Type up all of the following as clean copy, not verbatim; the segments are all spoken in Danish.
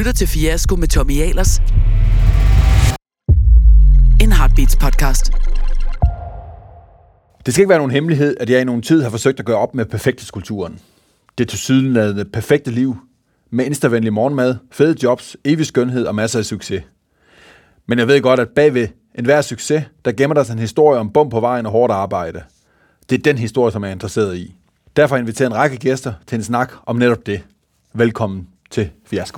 lytter til Fiasko med Tommy Ahlers. En Heartbeats podcast. Det skal ikke være nogen hemmelighed, at jeg i nogen tid har forsøgt at gøre op med perfekthedskulturen. Det tilsyneladende perfekte liv med instavenlig morgenmad, fede jobs, evig skønhed og masser af succes. Men jeg ved godt, at bagved enhver succes, der gemmer der sig en historie om bump på vejen og hårdt arbejde. Det er den historie, som jeg er interesseret i. Derfor inviterer en række gæster til en snak om netop det. Velkommen til Fiasko.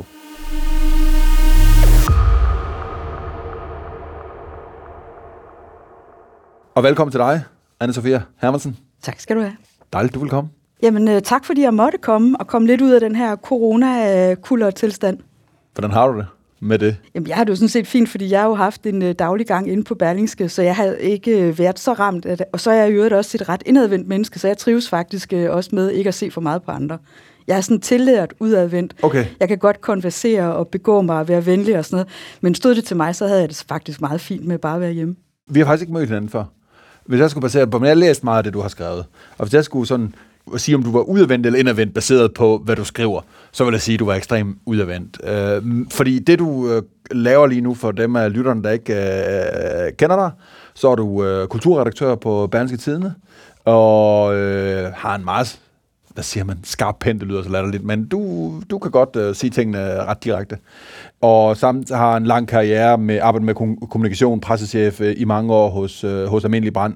Og velkommen til dig, Anne-Sophia Hermansen. Tak skal du have. Dejligt, du vil komme. Jamen, tak fordi jeg måtte komme og komme lidt ud af den her corona-kuldertilstand. Hvordan har du det med det? Jamen, jeg har det jo sådan set fint, fordi jeg har jo haft en daglig gang inde på Berlingske, så jeg har ikke været så ramt af det. Og så er jeg i øvrigt også et ret indadvendt menneske, så jeg trives faktisk også med ikke at se for meget på andre. Jeg er sådan tillært udadvendt. Okay. Jeg kan godt konversere og begå mig og være venlig og sådan noget. Men stod det til mig, så havde jeg det faktisk meget fint med bare at være hjemme. Vi har faktisk ikke mødt hinanden før. Hvis jeg skulle basere på, men jeg har læst meget af det, du har skrevet. Og hvis jeg skulle sådan sige, om du var udadvendt eller indadvendt, baseret på, hvad du skriver, så vil jeg sige, at du var ekstremt udadvendt. Fordi det, du laver lige nu, for dem af lytterne, der ikke kender dig, så er du kulturredaktør på Berlingske Tidende, og har en meget, hvad siger man, skarp pen, det lyder så latterligt, men du kan godt sige tingene ret direkte. Og samt har en lang karriere med arbejde med kommunikation, pressechef i mange år hos Almindelig Brand.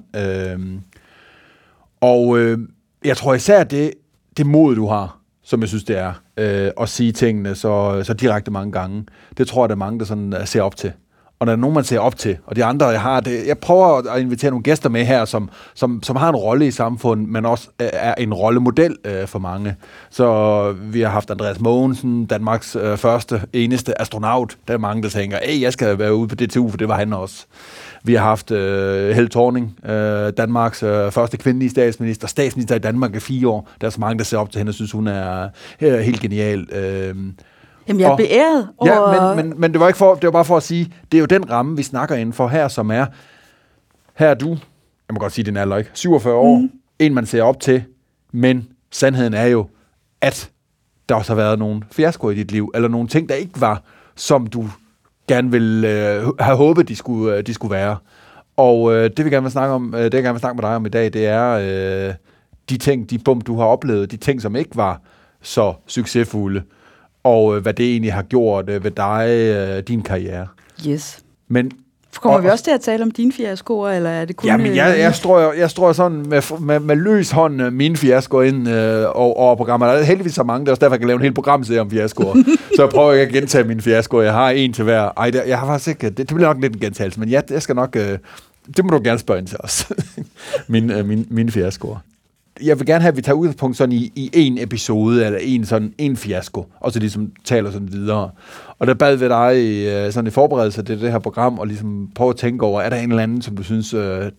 Jeg tror især, det mod, du har, som jeg synes, det er, at sige tingene så direkte mange gange, det tror jeg, der er mange, der sådan ser op til. Og når der er nogen, man ser op til, og de andre, jeg prøver at invitere nogle gæster med her, som har en rolle i samfundet, men også er en rollemodel for mange. Så vi har haft Andreas Mogensen, Danmarks eneste astronaut. Der er mange, der tænker, jeg skal være ude på DTU, for det var han også. Vi har haft Helle Thorning, Danmarks første kvindelige statsminister i Danmark i 4 år. Der er så mange, der ser op til hende og synes, hun er helt genial. Jamen, jeg er beæret over... Ja, men det var bare for at sige, det er jo den ramme, vi snakker inden for her, som er, her er du, jeg må godt sige, din alder, ikke? 47 år, en man ser op til, men sandheden er jo, at der også har været nogle fiaskoer i dit liv, eller nogle ting, der ikke var, som du gerne ville have håbet, de skulle være. Og det vil jeg gerne vil snakke om, det jeg gerne vil snakke med dig om i dag, det er de ting, de bump, du har oplevet, de ting, som ikke var så succesfulde, og hvad det egentlig har gjort ved dig, din karriere. Yes. Men kommer vi også til at tale om dine fiaskoer, eller er det kun... Jamen, jeg strøger sådan med løs hånd mine fiaskoer ind over programmer. Der er heldigvis så mange, der også derfor, jeg kan lave en hel programserie om fiaskoer. Så jeg prøver ikke at gentage mine fiaskoer. Jeg har en til hver. Jeg har faktisk ikke... Det bliver nok lidt en gentagelse, men jeg skal nok... det må du gerne spørge ind til os. mine fiaskoer. Jeg vil gerne have, at vi tager udgangspunkt sådan i en episode, eller en fiasko, og så ligesom taler sådan videre. Og der bad ved dig sådan i forberedelse til det her program, og ligesom prøve at tænke over, er der en eller anden, som du synes,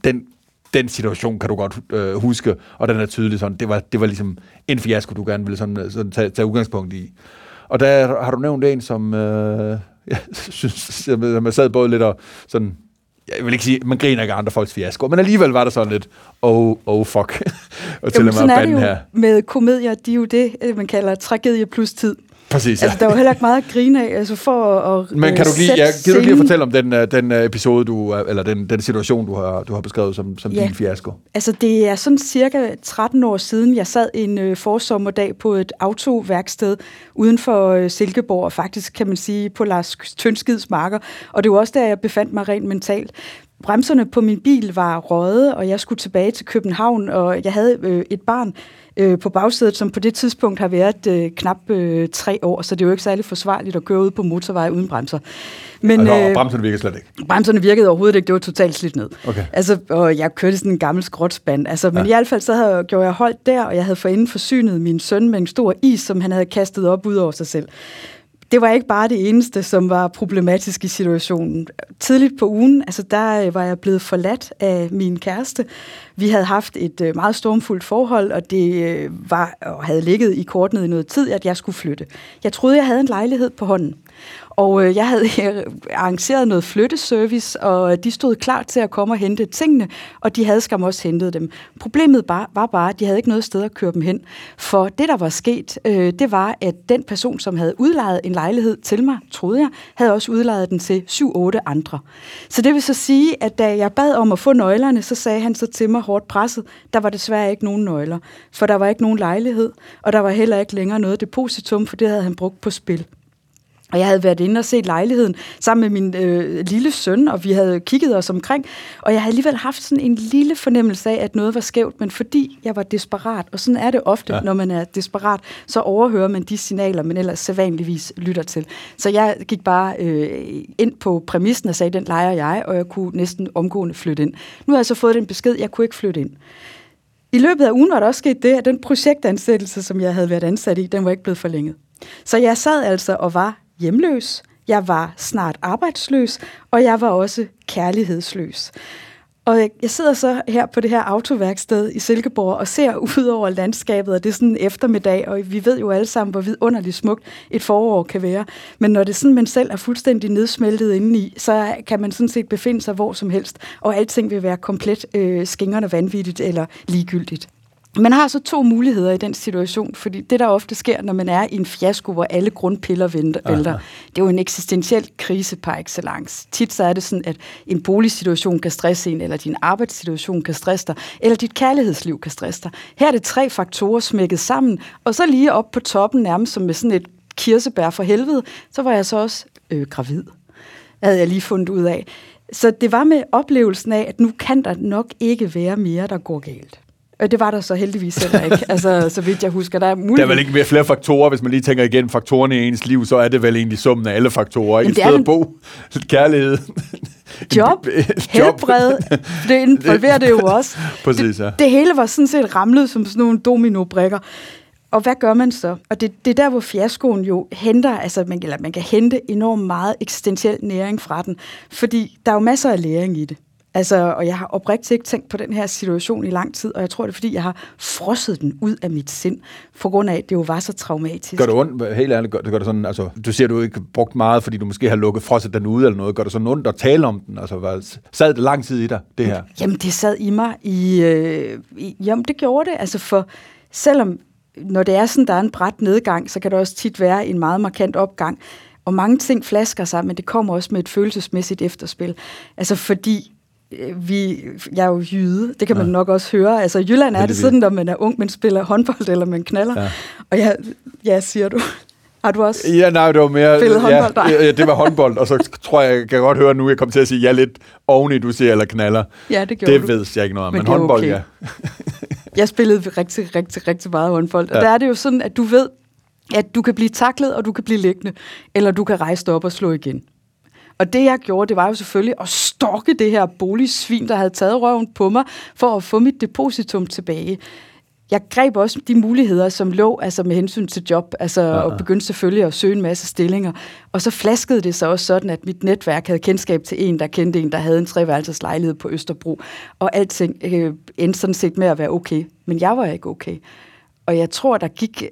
den situation kan du godt huske, og den er tydelig sådan, det var ligesom en fiasko, du gerne ville sådan tage udgangspunkt i. Og der har du nævnt en, som jeg synes, jeg sad både lidt og sådan... Jeg vil ikke sige, man griner ikke af andre folks fiasko, men alligevel var der sådan lidt, fuck. Og jamen, sådan er det jo her. Med komedier, de er jo det, man kalder tragedie plus tid. Præcis, ja. Altså, der er jo heller ikke meget at grine af, altså for at men kan du lige fortælle om den episode, eller den situation, du har beskrevet som din fiasko? Altså, det er sådan cirka 13 år siden, jeg sad en forsommerdag på et autoværksted uden for Silkeborg, og faktisk kan man sige på Lars Tønskids marker, og det var også der, jeg befandt mig rent mentalt. Bremserne på min bil var røde, og jeg skulle tilbage til København, og jeg havde et barn på bagsædet, som på det tidspunkt har været knap 3 år, så det er jo ikke særlig forsvarligt at køre ud på motorvej uden bremser. Men bremserne virkede slet ikke? Bremserne virkede overhovedet ikke, det var totalt slidt ned. Okay. Altså, og jeg kørte sådan en gammel skråtspand. Altså, men i hvert fald så gjorde jeg holdt der, og jeg havde forinden forsynet min søn med en stor is, som han havde kastet op ud over sig selv. Det var ikke bare det eneste, som var problematisk i situationen. Tidligt på ugen, altså der var jeg blevet forladt af min kæreste. Vi havde haft et meget stormfuldt forhold, og det havde ligget i kortene i noget tid, at jeg skulle flytte. Jeg troede, jeg havde en lejlighed på hånden. Og jeg havde arrangeret noget flytteservice, og de stod klar til at komme og hente tingene, og de havde skam også hentet dem. Problemet var bare, at de havde ikke noget sted at køre dem hen. For det, der var sket, det var, at den person, som havde udlejet en lejlighed til mig, troede jeg, havde også udlejet den til 7-8 andre. Så det vil så sige, at da jeg bad om at få nøglerne, så sagde han så til mig hårdt presset, der var desværre ikke nogen nøgler, for der var ikke nogen lejlighed, og der var heller ikke længere noget depositum, for det havde han brugt på spil. Og jeg havde været inde og set lejligheden sammen med min lille søn, og vi havde kigget os omkring, og jeg havde alligevel haft sådan en lille fornemmelse af, at noget var skævt, men fordi jeg var desperat, og sådan er det ofte, når man er desperat, så overhører man de signaler, man ellers sædvanligvis lytter til. Så jeg gik bare ind på præmissen og sagde, den lejer jeg, og jeg kunne næsten omgående flytte ind. Nu har jeg så fået den besked, jeg kunne ikke flytte ind. I løbet af ugen var der også sket det, at den projektansættelse, som jeg havde været ansat i, den var ikke blevet forlænget. Så jeg sad altså og var hjemløs, jeg var snart arbejdsløs, og jeg var også kærlighedsløs. Og jeg sidder så her på det her autoværksted i Silkeborg og ser ud over landskabet, og det er sådan en eftermiddag, og vi ved jo alle sammen, hvor vidunderligt smukt et forår kan være. Men når det er sådan, man selv er fuldstændig nedsmeltet indeni, så kan man sådan set befinde sig hvor som helst, og alting vil være komplet skingrende vanvittigt eller ligegyldigt. Man har så 2 muligheder i den situation, fordi det, der ofte sker, når man er i en fiasko, hvor alle grundpiller vælter, det er jo en eksistentiel krise par excellence. Tit så er det sådan, at en boligsituation kan stresse en, eller din arbejdssituation kan stresse dig, eller dit kærlighedsliv kan stresse dig. Her er det 3 faktorer smækket sammen, og så lige op på toppen, nærmest som med sådan et kirsebær for helvede, så var jeg så også gravid. Havde jeg lige fundet ud af. Så det var med oplevelsen af, at nu kan der nok ikke være mere, der går galt. Og det var der så heldigvis heller ikke, altså så vidt jeg husker. Der er vel ikke mere flere faktorer, hvis man lige tænker igen faktorerne i ens liv, så er det vel egentlig summen af alle faktorer. Et sted at bo, kærlighed, job, helbred, det involverer det jo også. Præcis, ja. Det hele var sådan set ramlet som sådan nogle dominobrikker. Og hvad gør man så? Og det er der, hvor fiaskoen jo henter, altså man kan hente enormt meget eksistentiel næring fra den, fordi der er jo masser af læring i det. Altså, og jeg har oprigtigt ikke tænkt på den her situation i lang tid, og jeg tror, det er, fordi jeg har frosset den ud af mit sind, for grund af, at det jo var så traumatisk. Gør det ondt? Helt ærligt, gør det sådan, altså, du siger, du ikke brugt meget, fordi du måske har frosset den ud eller noget. Gør det sådan ondt at tale om den? Altså, sad det lang tid i dig, det her? Jamen, det sad i mig jamen, det gjorde det. Altså, for selvom, når det er sådan, der er en brat nedgang, så kan det også tit være en meget markant opgang. Og mange ting flasker sig, men det kommer også med et følelsesmæssigt efterspil. Altså, fordi jeg er jo jyde, det kan man nok også høre. Altså i Jylland er det sådan, når man er ung, man spiller håndbold, eller man knaller. Ja. Og jeg siger du. Har du også det var mere spillet håndbold? Ja, det var håndbold, og så tror jeg kan godt høre nu, jeg kommer til at sige, ja, lidt oveni, du siger, eller knaller. Ja, det gjorde det ved jeg ikke noget om, men håndbold, okay. Ja. Jeg spillede rigtig meget håndbold, og der er det jo sådan, at du ved, at du kan blive taklet, og du kan blive liggende, eller du kan rejse dig op og slå igen. Og det, jeg gjorde, det var jo selvfølgelig at stalke det her boligsvin, der havde taget røven på mig, for at få mit depositum tilbage. Jeg greb også de muligheder, som lå altså med hensyn til job, og begyndte selvfølgelig at søge en masse stillinger. Og så flaskede det sig også sådan, at mit netværk havde kendskab til en, der kendte en, der havde en 3-værelses lejlighed på Østerbro. Og alting endte sådan set med at være okay. Men jeg var ikke okay. Og jeg tror, der gik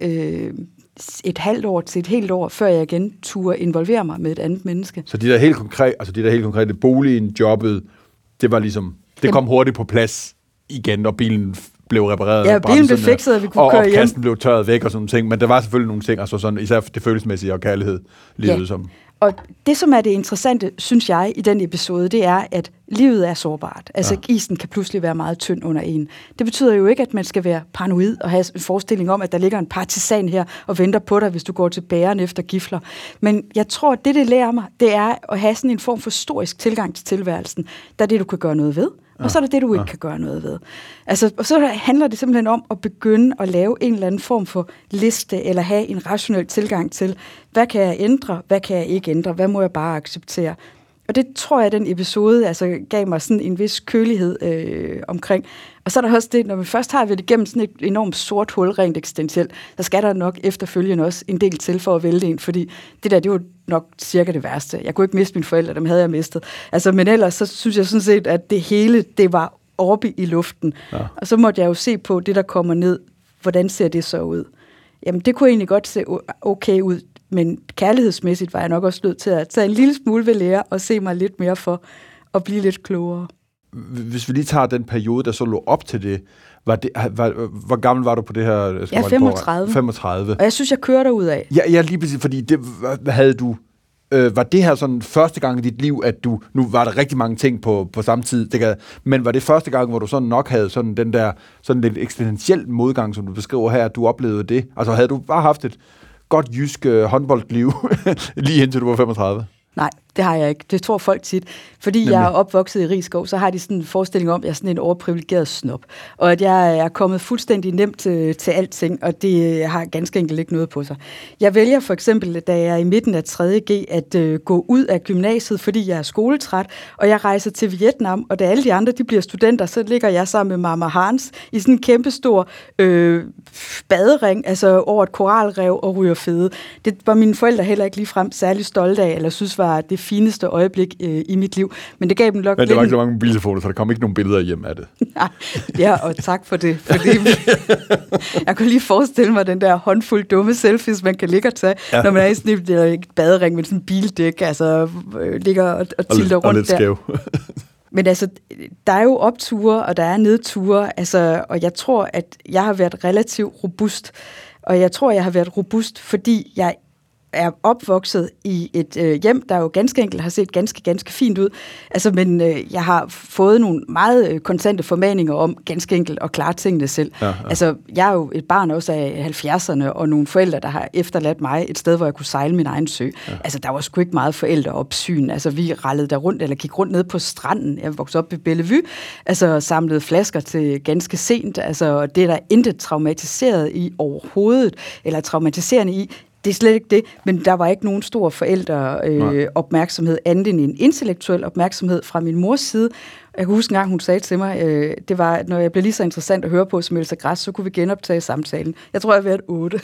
et halvt år til et helt år, før jeg igen turde involvere mig med et andet menneske. Så de der helt konkrete boligen, jobbet, det var ligesom, det kom hurtigt på plads igen, og bilen blev repareret. Ja, bilen blev fikset, og vi kunne køre hjem. Og opkasten blev tørret væk og sådan nogle ting, men der var selvfølgelig nogle ting, altså sådan, især det følelsesmæssige og kærlighed, livet som. Og det, som er det interessante, synes jeg, i den episode, det er, at livet er sårbart. Altså, isen kan pludselig være meget tynd under en. Det betyder jo ikke, at man skal være paranoid og have en forestilling om, at der ligger en partisan her og venter på dig, hvis du går til bæren efter gifler. Men jeg tror, at det lærer mig, det er at have sådan en form for historisk tilgang til tilværelsen. Der er det, du kan gøre noget ved, og så er det det, du ikke kan gøre noget ved. Altså, og så handler det simpelthen om at begynde at lave en eller anden form for liste, eller have en rationel tilgang til, hvad kan jeg ændre, hvad kan jeg ikke ændre, hvad må jeg bare acceptere. Og det tror jeg, den episode gav mig sådan en vis kølighed omkring. Og så er der også det, når vi først har været igennem sådan et enormt sort hul, rent eksistentielt, så skal der nok efterfølgende også en del til for at vælte en, fordi det var nok cirka det værste. Jeg kunne ikke miste mine forældre, dem havde jeg mistet. Altså, men ellers så synes jeg sådan set, at det hele, det var oppe i luften. Ja. Og så måtte jeg jo se på det, der kommer ned. Hvordan ser det så ud? Jamen, det kunne egentlig godt se okay ud. men kærlighedsmæssigt var jeg nok også nødt til at tage en lille smule ved lære og se mig lidt mere for at blive lidt klogere. Hvis vi lige tager den periode, der så lå op til det, hvor gammel var du på det her? Jeg er 35. 35. Og jeg synes, jeg kører derud af. Ja, lige præcis, fordi det havde du... var det her sådan første gang i dit liv, at du... Nu var der rigtig mange ting på samme tid, men var det første gang, hvor du sådan nok havde sådan den der sådan lidt eksponentiel modgang, som du beskriver her, at du oplevede det? Altså havde du bare haft et godt jysk håndboldliv lige indtil du var 35? Nej, det har jeg ikke. Det tror folk tit. Fordi jeg er opvokset i Risskov, så har de sådan en forestilling om, at jeg er sådan en overprivilegeret snop. Og at jeg er kommet fuldstændig nemt til alting, og det har ganske enkelt ikke noget på sig. Jeg vælger for eksempel, da jeg er i midten af 3.G, at gå ud af gymnasiet, fordi jeg er skoletræt, og jeg rejser til Vietnam, og da alle de andre de bliver studenter, så ligger jeg sammen med Mama Hans i sådan en kæmpestor badering, altså over et koralrev og ryger fede. Det var mine forældre heller ikke ligefrem særlig stolte af, eller synes var det fineste øjeblik i mit liv. Men det gav dem nok. Men der var ikke så mange mobiltelefoner, så der kom ikke nogen billeder hjem af det. Nej, ja, og tak for det. Fordi jeg kunne lige forestille mig den der håndfuld dumme selfies, man kan ligge og tage, når man er i sådan et badering med sådan en bildæk, altså ligger og tilter rundt der. Og lidt skæv. Men altså, der er jo opture, og der er nedture, altså, og jeg tror, at jeg har været relativt robust. Og jeg tror, jeg har været robust, fordi jeg er opvokset i et hjem, der jo ganske enkelt har set ganske fint ud. Altså, men jeg har fået nogle meget kontante formaninger om ganske enkelt at klare tingene selv. Ja. Altså, jeg er jo et barn også af 70'erne, og nogle forældre, der har efterladt mig et sted, hvor jeg kunne sejle min egen sø. Ja. Altså, der var sgu ikke meget forældreopsyn. Altså, vi rallede der rundt, eller gik rundt ned på stranden. Jeg voksede op i Bellevue, altså samlede flasker til ganske sent. Altså, det er der intet traumatiseret i overhovedet, eller traumatiserende i. Det er slet ikke det, men der var ikke nogen stor forældreopmærksomhed, andet end en intellektuel opmærksomhed fra min mors side. Jeg kan huske en gang, hun sagde til mig, det var, når jeg blev lige så interessant at høre på som Elsa Græs, så kunne vi genoptage samtalen. Jeg tror, jeg har været 8.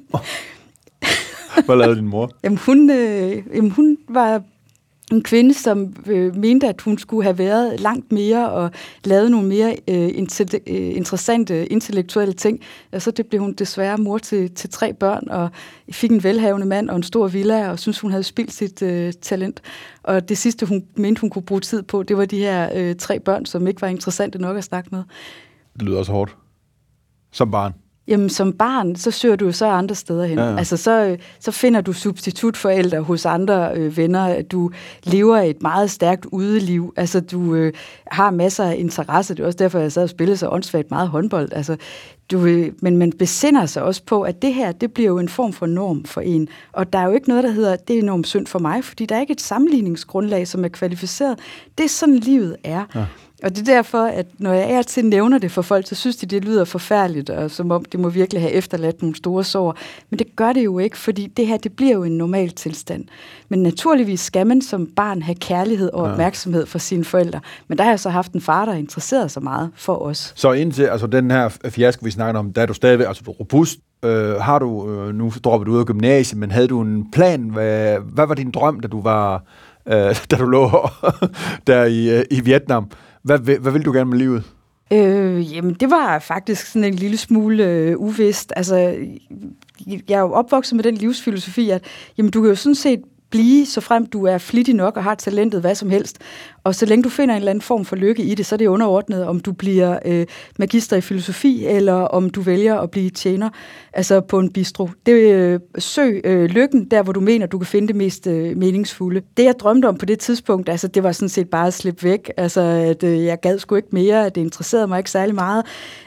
Hvad lavede din mor? Jamen, hun var en kvinde, som mente, at hun skulle have været langt mere og lavet nogle mere interessante intellektuelle ting. Og så det blev hun desværre mor til 3 børn, og fik en velhavende mand og en stor villa, og synes hun havde spildt sit talent. Og det sidste, hun mente, hun kunne bruge tid på, det var de her 3 børn, som ikke var interessante nok at snakke med. Det lyder også hårdt. Som barn. Jamen, som barn, så søger du så andre steder hen. Ja. Altså, så finder du substitutforældre hos andre venner. Du lever et meget stærkt udeliv. Altså, du har masser af interesse. Det er også derfor, jeg sad og spillede så åndssvagt meget håndbold. Altså, men man besinder sig også på, at det her, det bliver jo en form for norm for en. Og der er jo ikke noget, der hedder, det er enormt synd for mig, fordi der er ikke et sammenligningsgrundlag, som er kvalificeret. Det er sådan, livet er. Ja. Og det er derfor, at når jeg er til nævner det for folk, så synes de, det lyder forfærdeligt, og som om det må virkelig have efterladt nogle store sår. Men det gør det jo ikke, fordi det her, det bliver jo en normal tilstand. Men naturligvis skal man som barn have kærlighed og opmærksomhed fra sine forældre. Men der har jeg så haft en far, der interesserede sig meget for os. Så indtil altså den her fiasko, vi snakker om, der er du stadigvæk altså robust. Har du, nu dropper du ud af gymnasiet, men havde du en plan? Hvad var din drøm, da du var, da du lå der i Vietnam? Hvad vil du gerne med livet? Jamen, det var faktisk sådan en lille smule uvist. Altså, jeg er jo opvokset med den livsfilosofi, at jamen, du kan jo sådan set blive, så frem du er flittig nok og har talentet hvad som helst. Og så længe du finder en eller anden form for lykke i det, så er det underordnet, om du bliver magister i filosofi, eller om du vælger at blive tjener, altså på en bistro. Søg lykken der, hvor du mener, du kan finde det mest meningsfulde. Det, jeg drømte om på det tidspunkt, altså, det var sådan set bare at slippe væk. Altså, at jeg gad sgu ikke mere, at det interesserede mig ikke særlig meget.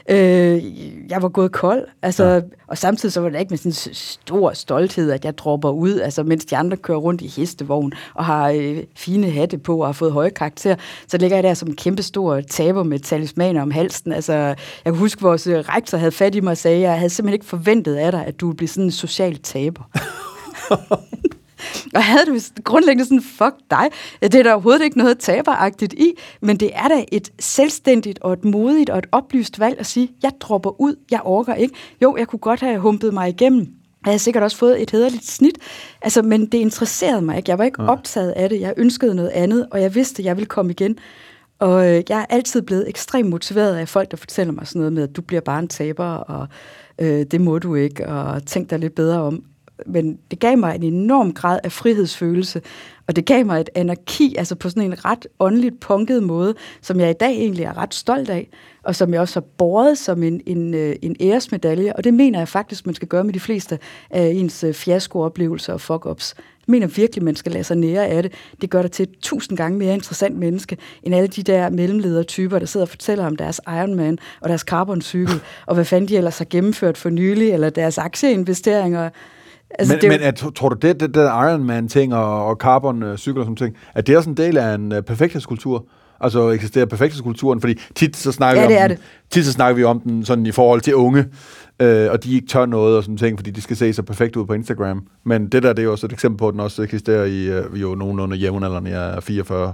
Jeg var gået kold, altså, og samtidig så var det ikke med sådan en stor stolthed, at jeg dropper ud, altså, mens de andre kører rundt i hestevogn og har fine hatte på og har fået høje karakter, så ligger jeg der som en kæmpe stor taber med talismaner om halsen. Altså, jeg kan huske, vores rektor havde fat i mig og sagde, at jeg havde simpelthen ikke forventet af dig, at du ville blive sådan en social taber. Og havde du grundlæggende sådan, fuck dig, det er der overhovedet ikke noget taberagtigt i, men det er da et selvstændigt og et modigt og et oplyst valg at sige, jeg dropper ud, jeg orker ikke. Jo, jeg kunne godt have humpet mig igennem. Jeg havde sikkert også fået et hæderligt snit, altså, men det interesserede mig ikke. Jeg var ikke optaget af det. Jeg ønskede noget andet, og jeg vidste, at jeg ville komme igen. Og jeg er altid blevet ekstremt motiveret af folk, der fortæller mig sådan noget med, at du bliver bare en taber, og det må du ikke, og tænk dig lidt bedre om. men det gav mig en enorm grad af frihedsfølelse, og det gav mig et anarki, altså på sådan en ret åndeligt punket måde, som jeg i dag egentlig er ret stolt af, og som jeg også har båret som en æresmedalje, og det mener jeg faktisk, man skal gøre med de fleste af ens fiaskooplevelser og fuck-ups. Jeg mener virkelig, man skal lade sig nære af det. Det gør dig til 1000 gange mere interessant menneske, end alle de der mellemledertyper, der sidder og fortæller om deres Ironman og deres carboncykel, og hvad fanden de ellers har gennemført for nylig, eller deres aktieinvesteringer. Altså, men tror du, det der Ironman-ting og carbon-cykler og sådan ting, at det er også en del af en perfekthedskultur? Altså eksisterer perfekthedskulturen? Fordi tit så snakker vi om den sådan i forhold til unge, og de ikke tør noget og sådan ting, fordi de skal se så perfekt ud på Instagram. Men det der, det er jo også et eksempel på, at den også eksisterer i jo nogenlunde jævnaldrende, jeg er 44.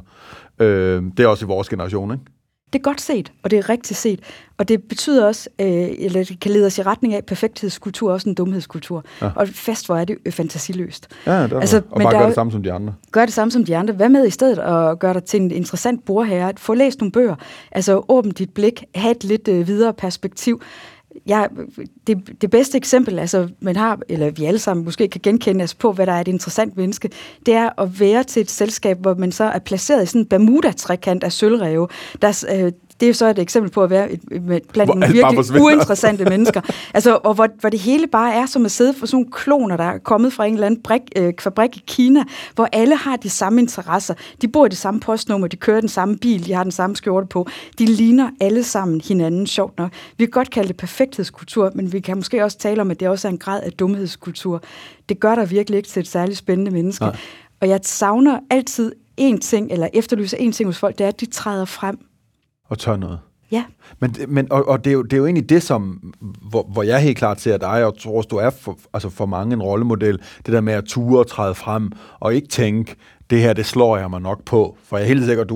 Det er også i vores generation, ikke? Det er godt set, og det er rigtigt set. Og det betyder også, eller det kan lede os i retning af, perfekthedskultur også en dumhedskultur. Ja. Og fast hvor er det fantasiløst. Ja, altså, og bare gør det samme som de andre. Gør det samme som de andre. Hvad med i stedet at gøre dig til en interessant bordherre? Få læst nogle bøger. Altså åbn dit blik. Ha' et lidt videre perspektiv. Ja, det bedste eksempel, altså man har, eller vi alle sammen måske kan genkende os på, hvad der er et interessant menneske, det er at være til et selskab, hvor man så er placeret i sådan en Bermuda-trekant af sølvræve. Det er jo så et eksempel på at være blandt nogle virkelig uinteressante mennesker. Altså, og hvor det hele bare er som at sidde for sådan nogle kloner, der er kommet fra en eller anden fabrik i Kina, hvor alle har de samme interesser. De bor i det samme postnummer, de kører den samme bil, de har den samme skjorte på. De ligner alle sammen hinanden, sjovt nok. Vi kan godt kalde det perfekthedskultur, men vi kan måske også tale om, at det også er en grad af dumhedskultur. Det gør der virkelig ikke til et særligt spændende menneske. Nej. Og jeg savner altid én ting, eller efterlyser én ting hos folk, det er, at de træder frem. Og tør noget. Ja. Men det er jo egentlig det, hvor jeg helt klart ser dig, og tror, du er for mange en rollemodel, det der med at ture og træde frem, og ikke tænke, det her, det slår jeg mig nok på. For jeg er helt sikker,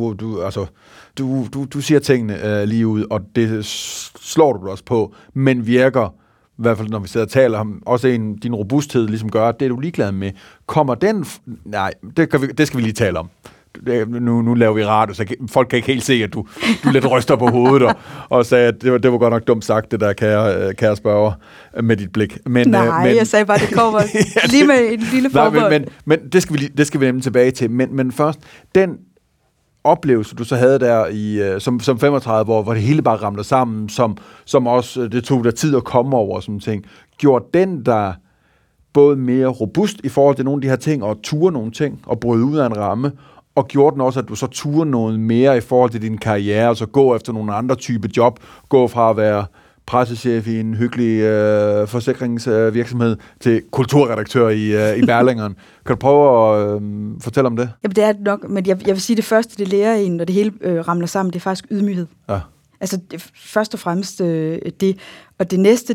du siger tingene lige ud, og det slår du også på, men virker, i hvert fald når vi sidder og taler om, også din robusthed ligesom gør, det er du ligeglad med. Kommer den... Nej, det skal vi lige tale om. Nu laver vi radio, så folk kan ikke helt se, at du lidt ryster på hovedet og sagde, at det var godt nok dumt sagt, det der kære spørger med dit blik. Men jeg sagde bare, det kommer lige med en lille forbehold. Men det skal vi nemlig tilbage til. Men først, den oplevelse, du så havde der som 35 år, hvor det hele bare ramler sammen, som også, det tog der tid at komme over, sådan ting, gjorde den der både mere robust i forhold til nogle af de her ting, og ture nogle ting, og bryde ud af en ramme, og gjorde den også, at du så turde noget mere i forhold til din karriere, altså gå efter nogle andre type job, gå fra at være pressechef i en hyggelig forsikringsvirksomhed til kulturredaktør i Berlingeren. Kan du prøve at fortælle om det? Jamen det er det nok, men jeg vil sige, det første, det lærer en, når det hele ramler sammen, det er faktisk ydmyghed. Ja. Altså først og fremmest det, og det næste,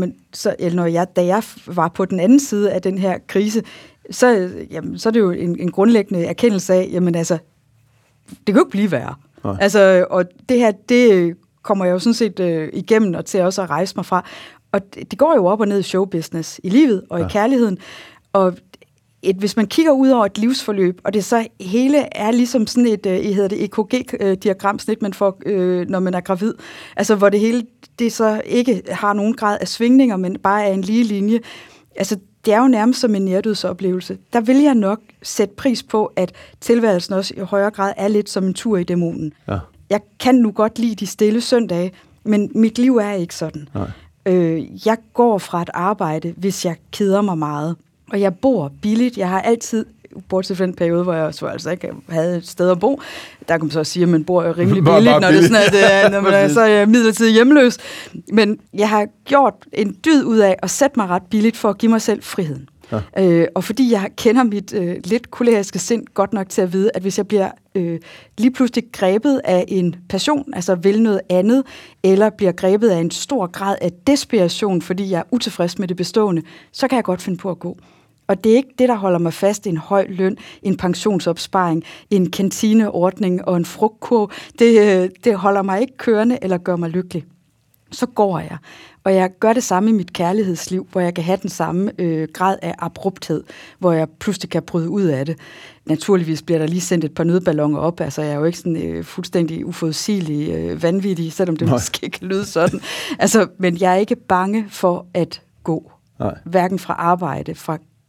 da jeg var på den anden side af den her krise, så er det jo en grundlæggende erkendelse af, jamen altså, det kan jo ikke blive værre. Nej. Altså, og det her, det kommer jeg jo sådan set igennem og til også at rejse mig fra. Og det går jo op og ned i showbusiness, i livet og i kærligheden. Og hvis man kigger ud over et livsforløb, og det så hele er ligesom sådan et EKG-diagramsnit, man får, når man er gravid, altså hvor det hele, det så ikke har nogen grad af svingninger, men bare er en lige linje. Altså, det er jo nærmest som en nærdødsoplevelse. Der vil jeg nok sætte pris på, at tilværelsen også i højere grad er lidt som en tur i dæmonen. Ja. Jeg kan nu godt lide de stille søndage, men mit liv er ikke sådan. Jeg går fra et arbejde, hvis jeg keder mig meget. Og jeg bor billigt. Jeg har altid, bortset fra den periode, hvor jeg så altså ikke havde et sted at bo, der kan man så sige, at man bor rimelig billigt, når det er sådan, at når man er så midlertidigt hjemløs. Men jeg har gjort en dyd ud af at sætte mig ret billigt for at give mig selv friheden. Ja. Og fordi jeg kender mit lidt koleriske sind godt nok til at vide, at hvis jeg bliver lige pludselig grebet af en passion, altså vil noget andet, eller bliver grebet af en stor grad af desperation, fordi jeg er utilfreds med det bestående, så kan jeg godt finde på at gå. Og det er ikke det, der holder mig fast i en høj løn, en pensionsopsparing, en kantineordning og en frugtkurv. Det holder mig ikke kørende eller gør mig lykkelig. Så går jeg. Og jeg gør det samme i mit kærlighedsliv, hvor jeg kan have den samme grad af abrupthed, hvor jeg pludselig kan bryde ud af det. Naturligvis bliver der lige sendt et par nødballoner op, altså jeg er jo ikke sådan fuldstændig uforudsigelig vanvittig, selvom det måske kan lyde sådan. Altså, men jeg er ikke bange for at gå. Nej. Hverken fra arbejde, fra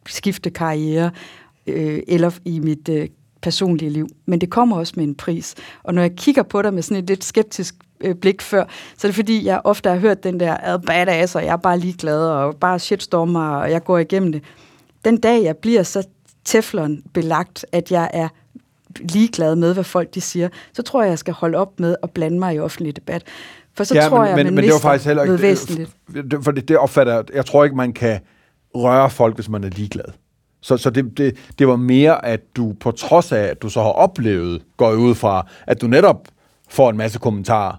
skifte karriere eller i mit personlige liv. Men det kommer også med en pris. Og når jeg kigger på dig med sådan et lidt skeptisk blik før, så er det fordi, jeg ofte har hørt den der badass, og jeg er bare ligeglad, og bare shitstormer, og jeg går igennem det. Den dag, jeg bliver så teflon belagt, at jeg er ligeglad med, hvad folk de siger, så tror jeg skal holde op med at blande mig i offentlig debat. For så tror jeg, man mister noget væsentligt. For det opfatter jeg tror ikke, man kan røre folk, hvis man er ligeglad. Så det var mere, at du på trods af, at du så har oplevet, går ud fra, at du netop får en masse kommentarer,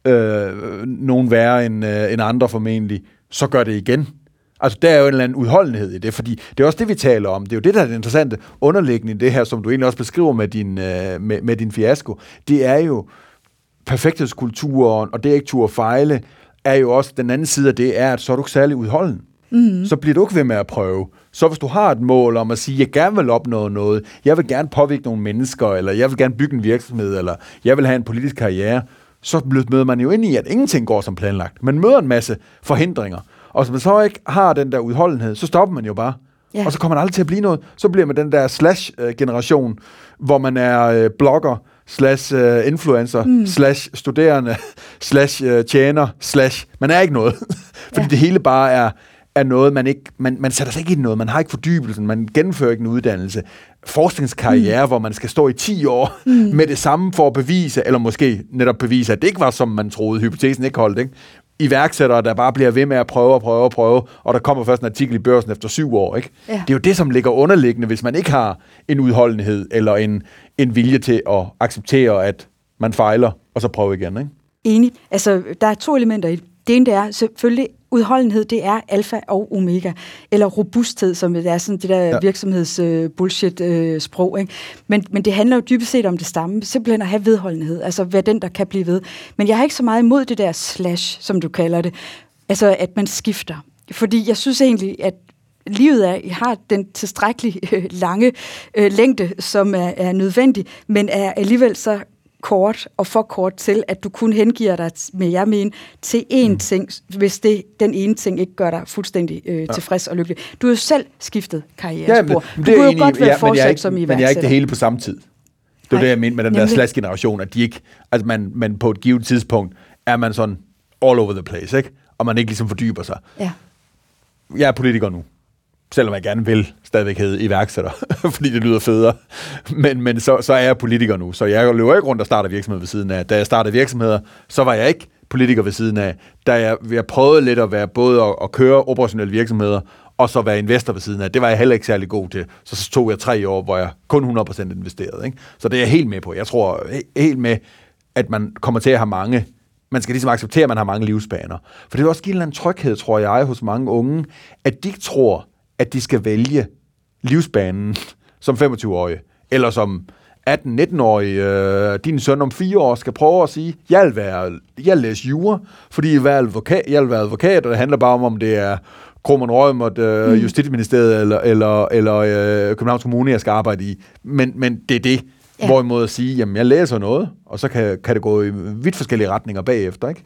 nogen værre end andre formentlig, så gør det igen. Altså, der er jo en eller anden udholdenhed i det, fordi det er også det, vi taler om. Det er jo det, der er det interessante underliggende i det her, som du egentlig også beskriver med din fiasko. Det er jo perfekthedskulturen, og det er ikke tur at fejle, er jo også den anden side af det, er, at så er du ikke særlig udholden. Mm. Så bliver du ikke ved med at prøve. Så hvis du har et mål om at sige, jeg gerne vil opnå noget, jeg vil gerne påvirke nogle mennesker, eller jeg vil gerne bygge en virksomhed, eller jeg vil have en politisk karriere, så møder man jo ind i, at ingenting går som planlagt. Man møder en masse forhindringer. Og hvis man så ikke har den der udholdenhed, så stopper man jo bare. Yeah. Og så kommer man aldrig til at blive noget. Så bliver man den der slash-generation, hvor man er blogger, /influencer, /studerende, /tjener, man er ikke noget. Fordi det hele bare er noget, man sætter sig ikke i noget, man har ikke fordybelsen, man gennemfører ikke en uddannelse. Forskningskarriere, hvor man skal stå i 10 år med det samme for at bevise, eller måske netop bevise, at det ikke var, som man troede, hypotesen ikke holdt, ikke? Iværksættere, der bare bliver ved med at prøve, og der kommer først en artikel i Børsen efter 7 år, ikke? Ja. Det er jo det, som ligger underliggende, hvis man ikke har en udholdenhed, eller en vilje til at acceptere, at man fejler, og så prøve igen, ikke? Enig. Altså, der er 2 elementer i det. Det ene, det er selvfølgelig udholdenhed, det er alfa og omega, eller robusthed, som det er sådan det der virksomheds-bullshit-sprog, ikke? Men det handler jo dybest set om det samme, simpelthen at have vedholdenhed, altså være den, der kan blive ved. Men jeg har ikke så meget imod det der slash, som du kalder det, altså at man skifter. Fordi jeg synes egentlig, at livet har den tilstrækkeligt lange længde, som er nødvendig, men er alligevel så kort og for kort til, at du kun hengiver dig til én ting, hvis den ene ting ikke gør dig fuldstændig tilfreds og lykkelig. Du har jo selv skiftet karrierespor. Du kunne jo godt være fortsat som iværksætter. Men jeg er ikke det hele på samme tid. Det er det, jeg mener med den der slash-generation, at de ikke, altså man på et givet tidspunkt, er man sådan all over the place, ikke? Og man ikke ligesom fordyber sig. Ja. Jeg er politiker nu. Selvom jeg gerne vil stadigvæk hedde iværksætter, fordi det lyder federe. Men så er jeg politiker nu, så jeg løber ikke rundt og starter virksomheder ved siden af. Da jeg startede virksomheder, så var jeg ikke politiker ved siden af. Da jeg prøvede lidt at være både at køre operationelle virksomheder, og så være investor ved siden af. Det var jeg heller ikke særlig god til. Så tog jeg 3 år, hvor jeg kun 100% investerede. Ikke? Så det er jeg helt med på. Jeg tror helt med, at man kommer til at have mange. Man skal ligesom acceptere, at man har mange livsbaner. For det vil også give en eller anden tryghed, tror jeg, hos mange unge, at de ikke tror, at de skal vælge livsbanen som 25-årige, eller som 18-19-årige. Din søn om 4 år skal prøve at sige, jeg vil læse jura, fordi jeg vil være advokat, og det handler bare om det er Kromann Reumert, Justitsministeriet eller Københavns Kommune, jeg skal arbejde i. Men det er det. Ja. Hvorimod at sige, jamen jeg læser noget, og så kan det gå i vidt forskellige retninger bagefter, ikke?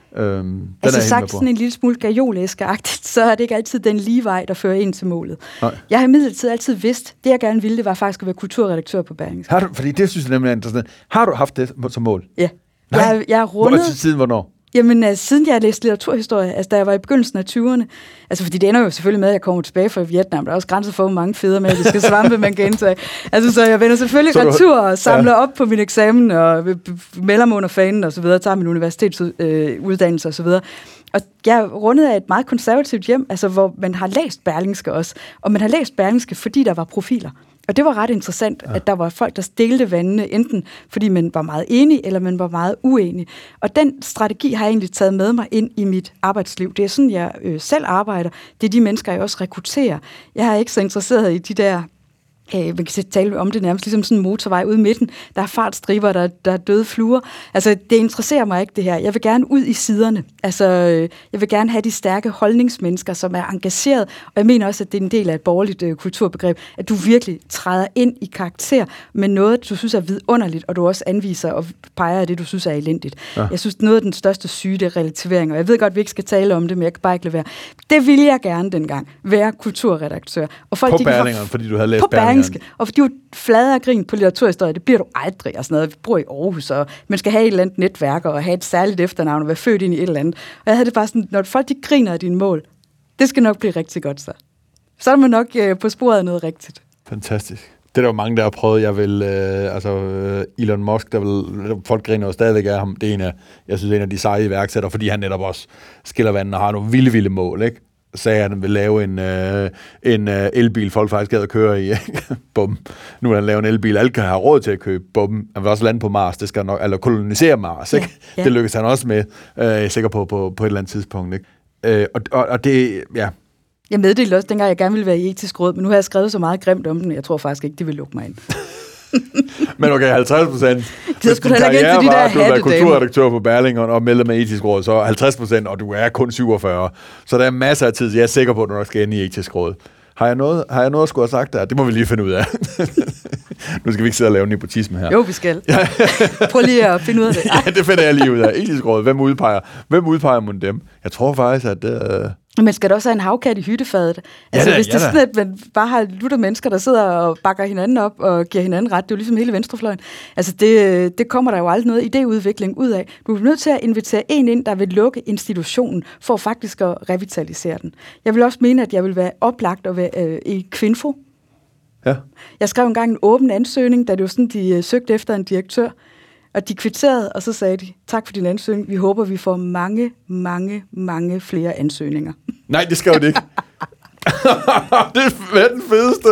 Altså sagt sådan en lille smule gajolæskeagtigt, så er det ikke altid den lige vej, der fører ind til målet. Nej. Jeg har imidlertid altid vidst, det jeg gerne ville, det var faktisk at være kulturredaktør på Berlingske. Fordi det synes jeg nemlig er interessant. Har du haft det som mål? Ja. Jeg er rundet... Siden hvornår? Jamen, siden jeg læste litteraturhistorie, altså da jeg var i begyndelsen af 20'erne, altså fordi det ender jo selvfølgelig med, at jeg kommer tilbage fra Vietnam, der er også grænser for, hvor mange fædremadiske svampe man kan indtage. Altså, så jeg vender selvfølgelig retur og samler op på min eksamen og melder mig under fanen og så videre, tager min universitetsuddannelse og så videre. Og jeg er rundet af et meget konservativt hjem, altså hvor man har læst Berlingske også, og man har læst Berlingske, fordi der var profiler. Og det var ret interessant, at der var folk, der delte vandene, enten fordi man var meget enig, eller man var meget uenig. Og den strategi har jeg egentlig taget med mig ind i mit arbejdsliv. Det er sådan, jeg selv arbejder. Det er de mennesker, jeg også rekrutterer. Jeg er ikke så interesseret i de der man kan tale om det nærmest ligesom sådan en motorvej ude i midten. Der er fartstriber, der er døde fluer. Altså, det interesserer mig ikke, det her. Jeg vil gerne ud i siderne. Altså, jeg vil gerne have de stærke holdningsmennesker, som er engageret. Og jeg mener også, at det er en del af et borgerligt kulturbegreb, at du virkelig træder ind i karakter med noget, du synes er vidunderligt, og du også anviser og peger af det, du synes er elendigt. Ja. Jeg synes, noget af den største syge, det er relativering. Og jeg ved godt, at vi ikke skal tale om det, men jeg kan bare ikke lade være. Det ville jeg gerne dengang. Være kulturredaktør. Og folk, på Berlingeren, fordi du havde læst Berlingeren. Og fordi du flader og grin på litteraturhistorie, det bliver du aldrig og sådan noget. Vi bor i Aarhus, og man skal have et eller andet netværk, og have et særligt efternavn, og være født ind i et eller andet. Og jeg havde det bare sådan, når folk de griner af dine mål, det skal nok blive rigtig godt så. Så er man nok på sporet af noget rigtigt. Fantastisk. Det er der jo mange, der har prøvet. Jeg vil, Elon Musk, folk griner jo stadigvæk af ham. Det er jeg synes, en af de seje iværksættere, fordi han netop også skiller vandet og har nogle vilde mål, ikke? Sagde, at han vil lave en elbil, folk faktisk gad at køre i. Bum. Nu vil han lave en elbil, alle kan have råd til at købe. Bum. Han vil også lande på Mars, det skal nok, eller kolonisere Mars. Ikke? Ja. Det lykkes han også med, jeg er sikker på et eller andet tidspunkt. Ikke? Og det, ja. Jeg meddelte også dengang, jeg gerne ville være i etisk råd, men nu har jeg skrevet så meget grimt om den, jeg tror faktisk ikke, det vil lukke mig ind. Men okay, 50%. Det skulle heller ikke ind til de der du er kulturredaktør på Berlingeren og medlem af etisk råd, så 50%, og du er kun 47. Så der er masser af tid, jeg er sikker på, at du nok skal ind i etisk råd. Har jeg noget at skulle have sagt der? Det må vi lige finde ud af. Nu skal vi ikke sidde og lave nepotisme her. Jo, vi skal. Prøv lige at finde ud af det. Ja, det finder jeg lige ud af. Etisk råd, hvem udpeger man dem? Jeg tror faktisk, at... Men skal der også have en havkat i hyttefadet? Altså, hvis det er sådan, at man bare har lutter mennesker, der sidder og bakker hinanden op og giver hinanden ret, det er jo ligesom hele venstrefløjen. Altså, det kommer der jo aldrig noget idéudvikling ud af. Du er nødt til at invitere en ind, der vil lukke institutionen, for faktisk at revitalisere den. Jeg vil også mene, at jeg vil være oplagt at være i Kvinfo. Ja. Jeg skrev engang en åben ansøgning, da det var sådan, de søgte efter en direktør. Og de kvitterede, og så sagde de, tak for din ansøgning. Vi håber, vi får mange, mange, mange flere ansøgninger. Nej, det skrev det ikke. Det er den fedeste.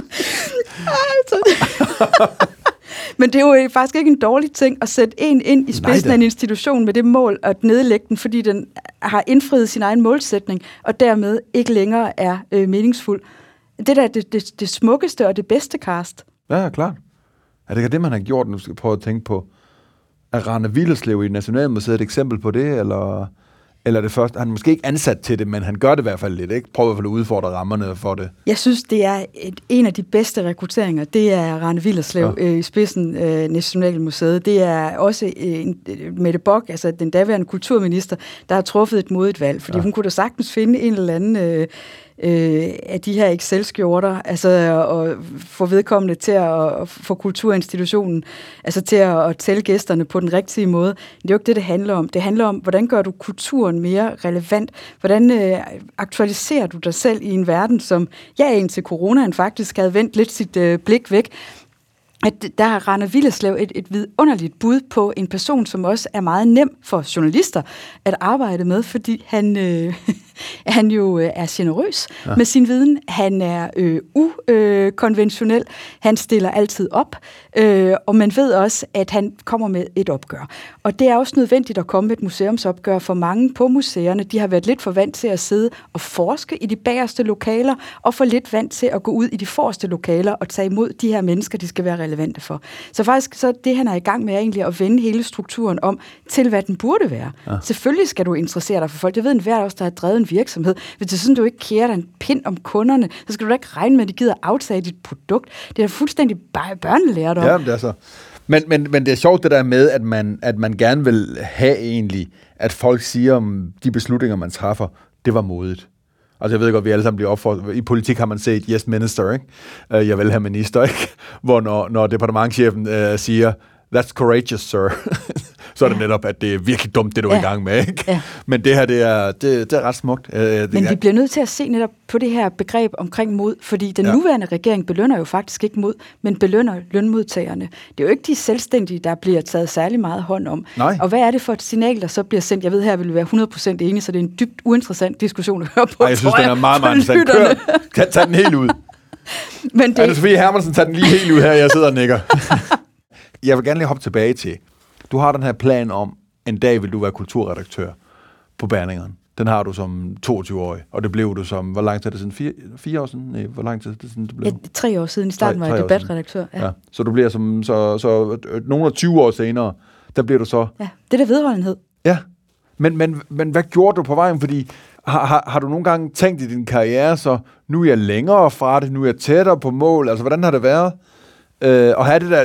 Men det er jo faktisk ikke en dårlig ting at sætte en ind i spidsen af en institution med det mål at nedlægge den, fordi den har indfriet sin egen målsætning, og dermed ikke længere er meningsfuld. Det der er det smukkeste og det bedste cast. Ja, klart. Er det ikke det, man har gjort, nu skal jeg prøve at tænke på? Er Rane Willerslev i Nationalmuseet et eksempel på det, eller det første? Han er måske ikke ansat til det, men han gør det i hvert fald lidt, ikke? Prøver i hvert fald at udfordre rammerne for det. Jeg synes, det er en af de bedste rekrutteringer. Det er Rane Willerslev i spidsen Nationalmuseet. Det er også Mette Bock, altså den daværende kulturminister, der har truffet et modigt valg, fordi hun kunne da sagtens finde en eller anden... af de her Excel-skjorter, altså at få vedkommende til at få kulturinstitutionen, altså til at tælle gæsterne på den rigtige måde. Det er jo ikke det handler om. Det handler om, hvordan gør du kulturen mere relevant? Hvordan aktualiserer du dig selv i en verden, som indtil coronaen faktisk havde vendt lidt sit blik væk? At der har Rane Willerslev et vidunderligt bud på en person, som også er meget nem for journalister at arbejde med, fordi han jo er generøs med sin viden. Han er ukonventionel. Han stiller altid op. Og man ved også, at han kommer med et opgør. Og det er også nødvendigt at komme med et museumsopgør for mange på museerne. De har været lidt for vant til at sidde og forske i de bagerste lokaler, og for lidt vant til at gå ud i de forreste lokaler og tage imod de her mennesker, de skal være relevante for. Så faktisk så det, han er i gang med, er egentlig at vende hele strukturen om til, hvad den burde være. Ja. Selvfølgelig skal du interessere dig for folk. Jeg ved, enhver også, der har drevet en virksomhed. Hvis det er sådan, du ikke kærer dig en pind om kunderne, så skal du da ikke regne med, at de gider aftage dit produkt. Det er fuldstændig bare børnelærdom. Ja, det er så. Men det er sjovt det der med, at man gerne vil have egentlig, at folk siger om de beslutninger, man træffer, det var modigt. Altså jeg ved godt, vi alle sammen bliver opfordret. I politik har man set yes minister, ikke? Jeg vil have minister, ikke? Hvor når departementschefen siger, that's courageous, sir. Så er det netop, at det er virkelig dumt, det du er i gang med, ikke? Ja. Men det her, det er ret smukt. Men vi bliver nødt til at se netop på det her begreb omkring mod, fordi den nuværende regering belønner jo faktisk ikke mod, men belønner lønmodtagerne. Det er jo ikke de selvstændige, der bliver taget særlig meget hånd om. Nej. Og hvad er det for et signal, der så bliver sendt? Jeg ved her, vil vi være 100% enige, så det er en dybt uinteressant diskussion at høre på. Jeg synes, den er meget, meget interessant. Kan tage den helt ud. Men det... Sofie Hermansen, tager den lige helt ud her, jeg sidder og nikker. Jeg vil gerne lige hoppe tilbage til, du har den her plan om, en dag vil du være kulturredaktør på Berlingeren. den har du som 22-årig, og det blev du som, hvor lang tid er det siden? 4 år siden? Nej, hvor lang tid er det siden, det blev? Ja, 3 år siden. I starten var jeg debatredaktør. Ja. Så du bliver som, så nogle af 20 år senere, der bliver du så... Ja, det er der vedholdenhed. Ja, men hvad gjorde du på vejen? Fordi har du nogle gange tænkt i din karriere, så nu er jeg længere fra det, nu er jeg tættere på mål, altså hvordan har det været? Og have det der...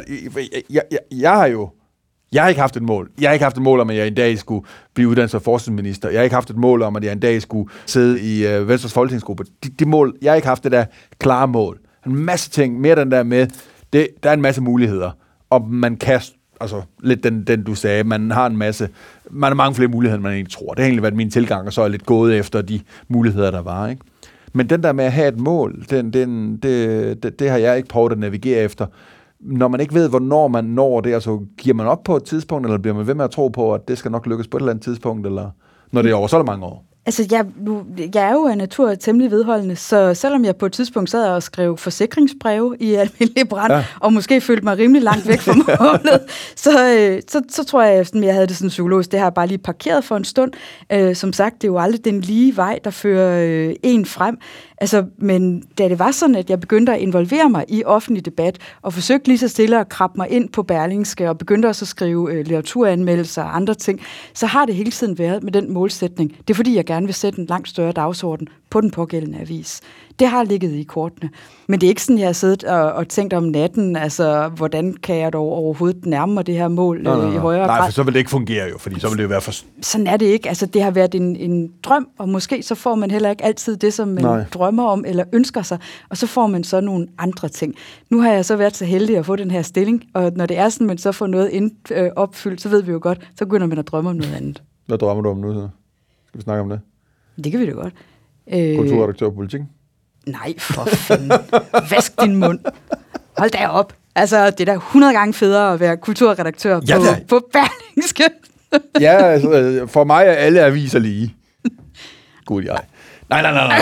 Jeg har ikke haft et mål. Jeg har ikke haft et mål om, at jeg en dag skulle blive uddannelses- og forskningsminister. Jeg har ikke haft et mål om, at jeg en dag skulle sidde i Venstres folketingsgruppe. De mål, jeg har ikke haft det der klare mål. En masse ting, mere den der med, der er en masse muligheder, og man kan, altså lidt den du sagde, man har mange flere muligheder, end man egentlig tror. Det har egentlig været min tilgang, og så er jeg lidt gået efter de muligheder, der var, ikke? Men den der med at have et mål, det har jeg ikke prøvet at navigere efter. Når man ikke ved, hvornår man når det, altså giver man op på et tidspunkt, eller bliver man ved med at tro på, at det skal nok lykkes på et eller andet tidspunkt, eller når det er over så er det mange år? Altså, jeg er jo af natur temmelig vedholdende, så selvom jeg på et tidspunkt sad og skrev forsikringsbreve i almindelig brand, og måske følte mig rimelig langt væk fra målet, så tror jeg, at jeg havde det sådan psykologisk. Det har jeg bare lige parkeret for en stund. Som sagt, det er jo aldrig den lige vej, der fører en frem. Altså, men da det var sådan, at jeg begyndte at involvere mig i offentlig debat, og forsøgte lige så stille at krabbe mig ind på Berlingske, og begyndte også at skrive litteraturanmeldelser og andre ting, så har det hele tiden været med den målsætning. Det er fordi, jeg gerne vil sætte en langt større dagsorden på den pågældende avis. Det har ligget i kortene. Men det er ikke sådan, jeg har siddet og tænkt om natten, altså, hvordan kan jeg dog overhovedet nærme mig det her mål i højere grad? Nej, for så vil det ikke fungere jo, fordi så vil det jo være for... Sådan er det ikke. Altså, det har været en drøm, og måske så får man heller ikke altid det, som man drømmer om eller ønsker sig, og så får man så nogle andre ting. Nu har jeg så været så heldig at få den her stilling, og når det er sådan, man så får noget opfyldt, så ved vi jo godt, så begynder man at drømme om noget andet. Hvad drømmer du om nu, så? Skal vi snakke om det? Det kan vi da godt. Kulturredaktør på Politikken? Nej, for fanden. Vask din mund. Hold da op. Altså, det er da 100 gange federe at være kulturredaktør på Berlingske. Ja, altså, for mig er alle aviser lige. God jeg. Nej.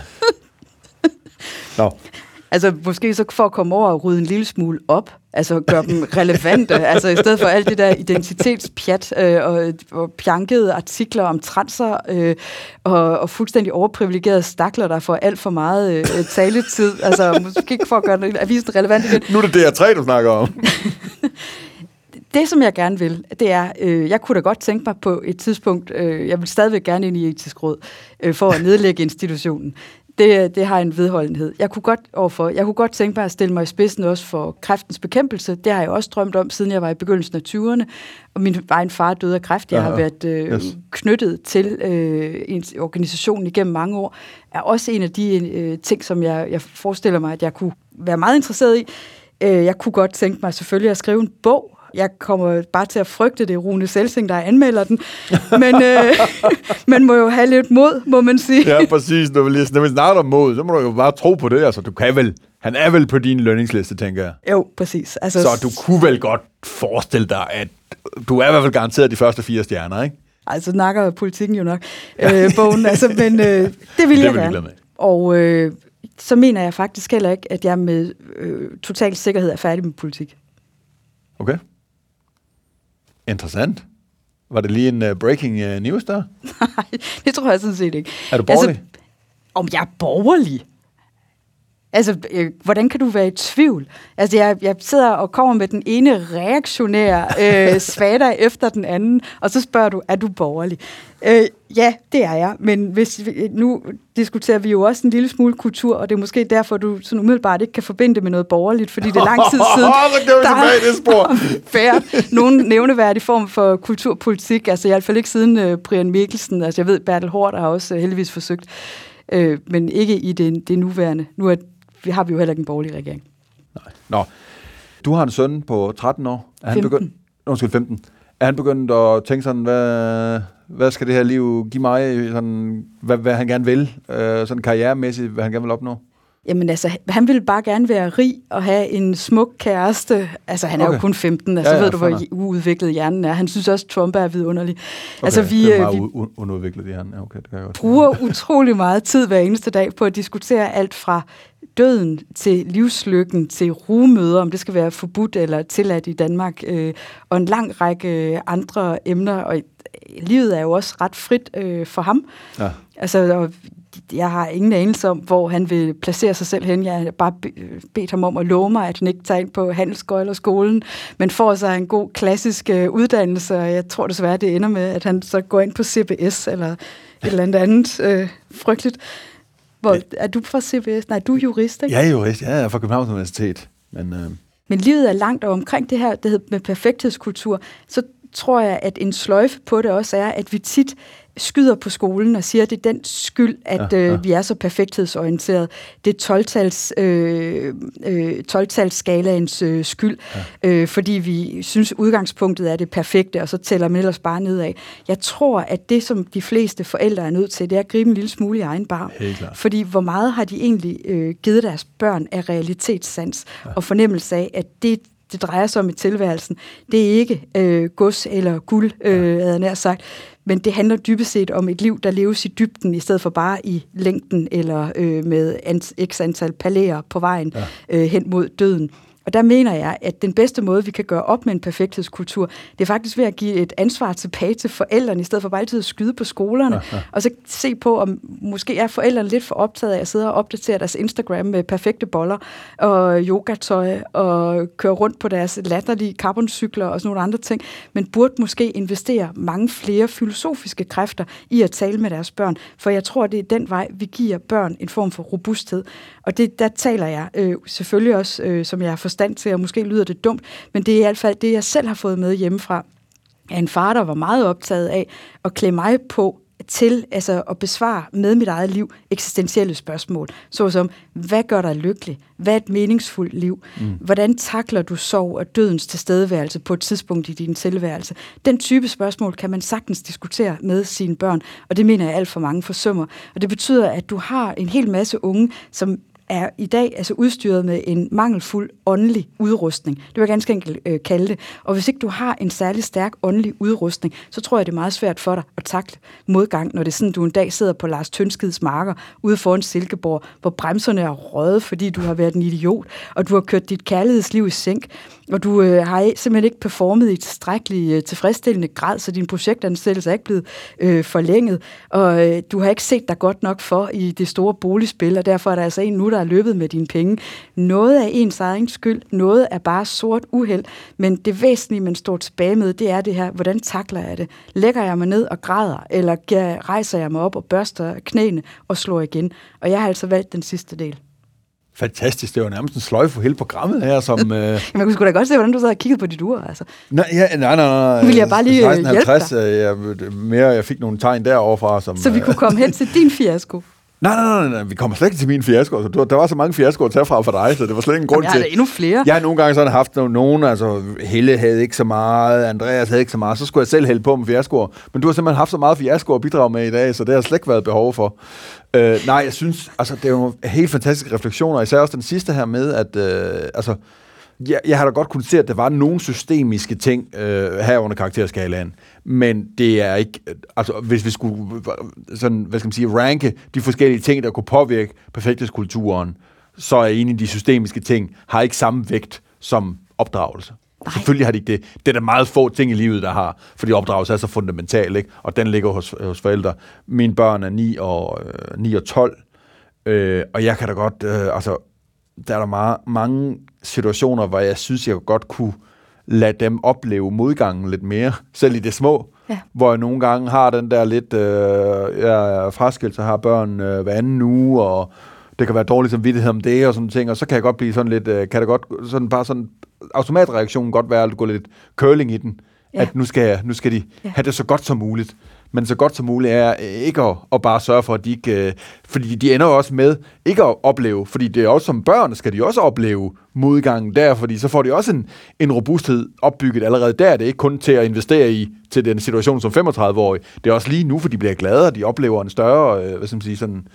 Nå. Altså, måske så for at komme over og rydde en lille smule op, altså gøre dem relevante, altså i stedet for alt det der identitetspjat og pjankede artikler om transer og fuldstændig overprivilegerede stakler, der får alt for meget taletid, altså måske ikke for at gøre avisen relevant igen. Nu er det DR3, du snakker om. Det, som jeg gerne vil, det er, jeg kunne da godt tænke mig på et tidspunkt, jeg vil stadigvæk gerne ind i etisk råd, for at nedlægge institutionen. Det har en vedholdenhed. Jeg kunne godt tænke mig at stille mig i spidsen også for kræftens bekæmpelse. Det har jeg også drømt om, siden jeg var i begyndelsen af 20'erne. Og min egen far døde af kræft. Jeg har været knyttet til en organisation igennem mange år. Er også en af de ting, som jeg forestiller mig, at jeg kunne være meget interesseret i. Jeg kunne godt tænke mig selvfølgelig at skrive en bog. Jeg kommer bare til at frygte det, Rune Selsing, der anmelder den. Men man må jo have lidt mod, må man sige. Ja, præcis. Når vi snakker om mod, så må du jo bare tro på det. Altså, han er vel på din lønningsliste, tænker jeg. Jo, præcis. Altså, så du kunne vel godt forestille dig, at du er i hvert fald garanteret de første 4 stjerner, ikke? Altså, snakker Politikken jo nok. Bogen, altså, men det vil jeg gerne. Og så mener jeg faktisk heller ikke, at jeg med total sikkerhed er færdig med politik. Okay. Interessant. Var det lige en breaking news der? Nej, det tror jeg sådan set ikke. Er du borgerlig? Altså, om jeg er borgerlig? Altså, hvordan kan du være i tvivl? Altså, jeg sidder og kommer med den ene reaktionære svada efter den anden, og så spørger du, er du borgerlig? Ja, det er jeg, men nu diskuterer vi jo også en lille smule kultur, og det er måske derfor, du sådan umiddelbart ikke kan forbinde det med noget borgerligt, fordi det er lang tid siden, der er nogen nævneværdig form for kulturpolitik, altså i hvert fald ikke siden Brian Mikkelsen, altså jeg ved, Bertel Haarder har også heldigvis forsøgt, men ikke i det nuværende. Nu har vi jo heller ikke en borgerlig regering. Nej. Nå, du har en søn på 13 år. 15. Er han begyndt at tænke sådan, hvad skal det her liv give mig? Sådan, hvad han gerne vil? Sådan karrieremæssigt, hvad han gerne vil opnå? Jamen altså, han ville bare gerne være rig og have en smuk kæreste. Altså, han er jo kun 15, altså ved du, hvor uudviklet hjernen er. Han synes også, Trump er vidunderlig. Okay, altså, det er meget underudviklet hjernen. Ja, okay, det kan jeg godt bruger utrolig meget tid hver eneste dag på at diskutere alt fra døden til livslykken til rugemøder, om det skal være forbudt eller tilladt i Danmark, og en lang række andre emner, og livet er jo også ret frit for ham. Ja. Altså, jeg har ingen anelse om, hvor han vil placere sig selv hen. Jeg har bare bedt ham om at love mig, at han ikke tager ind på Handelsskøjlerskolen, men får sig en god klassisk uddannelse, og jeg tror desværre, det ender med, at han så går ind på CBS eller et eller andet frygteligt. Er du fra CBS? Nej, du er jurist, ikke? Jeg er jurist, jeg er fra Københavns Universitet. Men livet er langt, og omkring det her, det hedder med perfekthedskultur, så tror jeg, at en sløjfe på det også er, at vi tit skyder på skolen og siger, at det er den skyld, at vi er så perfekthedsorienteret. Det er 12-talsskalaens skyld, fordi vi synes, udgangspunktet er det perfekte, og så tæller man ellers bare nedad. Jeg tror, at det, som de fleste forældre er nødt til, det er at gribe en lille smule i egen barm. Fordi hvor meget har de egentlig givet deres børn af realitetssans og fornemmelse af, at det drejer sig om i tilværelsen. Det er ikke gods eller guld, havde jeg nær sagt, men det handler dybest set om et liv, der leves i dybden, i stedet for bare i længden, eller med x antal palæer på vejen hen mod døden. Og der mener jeg, at den bedste måde, vi kan gøre op med en perfekthedskultur, det er faktisk ved at give et ansvar tilbage til forældrene, i stedet for bare altid at skyde på skolerne, og så se på, om måske er forældrene lidt for optaget af at sidde og opdatere deres Instagram med perfekte boller og yogatøj og køre rundt på deres latterlige carbon-cykler og sådan nogle andre ting, men burde måske investere mange flere filosofiske kræfter i at tale med deres børn, for jeg tror, det er den vej, vi giver børn en form for robusthed. Og der taler jeg selvfølgelig også, som jeg har forstand til, og måske lyder det dumt, men det er i hvert fald det, jeg selv har fået med hjemmefra, af en far, der var meget optaget af at klæde mig på til at besvare med mit eget liv eksistentielle spørgsmål, såsom, hvad gør dig lykkelig? Hvad er et meningsfuldt liv? Hvordan takler du sorg og dødens tilstedeværelse på et tidspunkt i din tilværelse? Den type spørgsmål kan man sagtens diskutere med sine børn, og det mener jeg alt for mange forsømmer. Og det betyder, at du har en hel masse unge, som er i dag udstyret med en mangelfuld åndelig udrustning. Det vil jeg ganske enkelt kalde det. Og hvis ikke du har en særlig stærk åndelig udrustning, så tror jeg, det er meget svært for dig at takle modgang, når det er sådan, du en dag sidder på Lars Tønskids marker ude foran Silkeborg, hvor bremserne er røde, fordi du har været en idiot, og du har kørt dit kærlighedsliv i sænk, og du har simpelthen ikke performet i tilstrækkelig tilfredsstillende grad, så din projektansættelse er ikke blevet forlænget, og du har ikke set dig godt nok for i det store boligspil, og derfor er der altså en nu, der er løbet med dine penge. Noget er ens egen skyld, noget er bare sort uheld, men det væsentlige, man står tilbage med, det er det her, hvordan takler jeg det? Lægger jeg mig ned og græder, eller rejser jeg mig op og børster knæene og slår igen? Og jeg har altså valgt den sidste del. Fantastisk, det var nærmest en sløjfe for hele programmet her, som... Man kunne sgu da godt se, hvordan du sad og kiggede på dit ur, altså. Nej. Vil jeg bare lige 1650, hjælpe dig? Jeg fik nogle tegn deroverfra, som... Så vi kunne komme hen til din fiasko? Nej, vi kommer slet ikke til min fiasko. Der var så mange fiaskoer at tage fra for dig, så det var slet ikke en grund til... Jeg har endnu flere. Jeg har nogle gange sådan haft nogen, altså Helle havde ikke så meget, Andreas havde ikke så meget, så skulle jeg selv hælde på med fiaskoer. Men du har simpelthen haft så meget fiaskoer at bidrage med i dag, så det har slet ikke været behov for. Nej, jeg synes, altså det er jo helt fantastiske refleksioner, især også den sidste her med, at jeg har da godt kunnet se, at der var nogle systemiske ting her under karakterskalaen, men det er ikke, altså hvis vi skulle sådan, hvad skal man sige, ranke de forskellige ting, der kunne påvirke perfekthedskulturen, så er en af de systemiske ting, har ikke samme vægt som opdragelse. Nej. Selvfølgelig har de ikke det. Det er der meget få ting i livet, der har, fordi opdragelse er så fundamental, ikke? Og den ligger hos forældre. Mine børn er 9 og 12, og jeg kan da godt, der er der mange situationer, hvor jeg synes, jeg godt kunne lade dem opleve modgangen lidt mere, selv i det små, hvor jeg nogle gange har den der lidt, jeg er fraskilt, så har børn hver anden uge, og det kan være dårlig samvittighed om det, og sådan ting, og så kan jeg godt blive sådan lidt, kan det godt, sådan bare sådan, automatreaktionen godt være, at gå lidt curling i den, at nu skal de have det så godt som muligt. Men så godt som muligt er ikke at bare sørge for, at de ikke... Fordi de ender også med ikke at opleve, fordi det er også som børn, skal de også opleve modgangen der, fordi så får de også en robusthed opbygget allerede der. Det er ikke kun til at investere i til den situation som 35-årig. Det er også lige nu, for de bliver glade, og de oplever en større, hvad skal man sige, sådan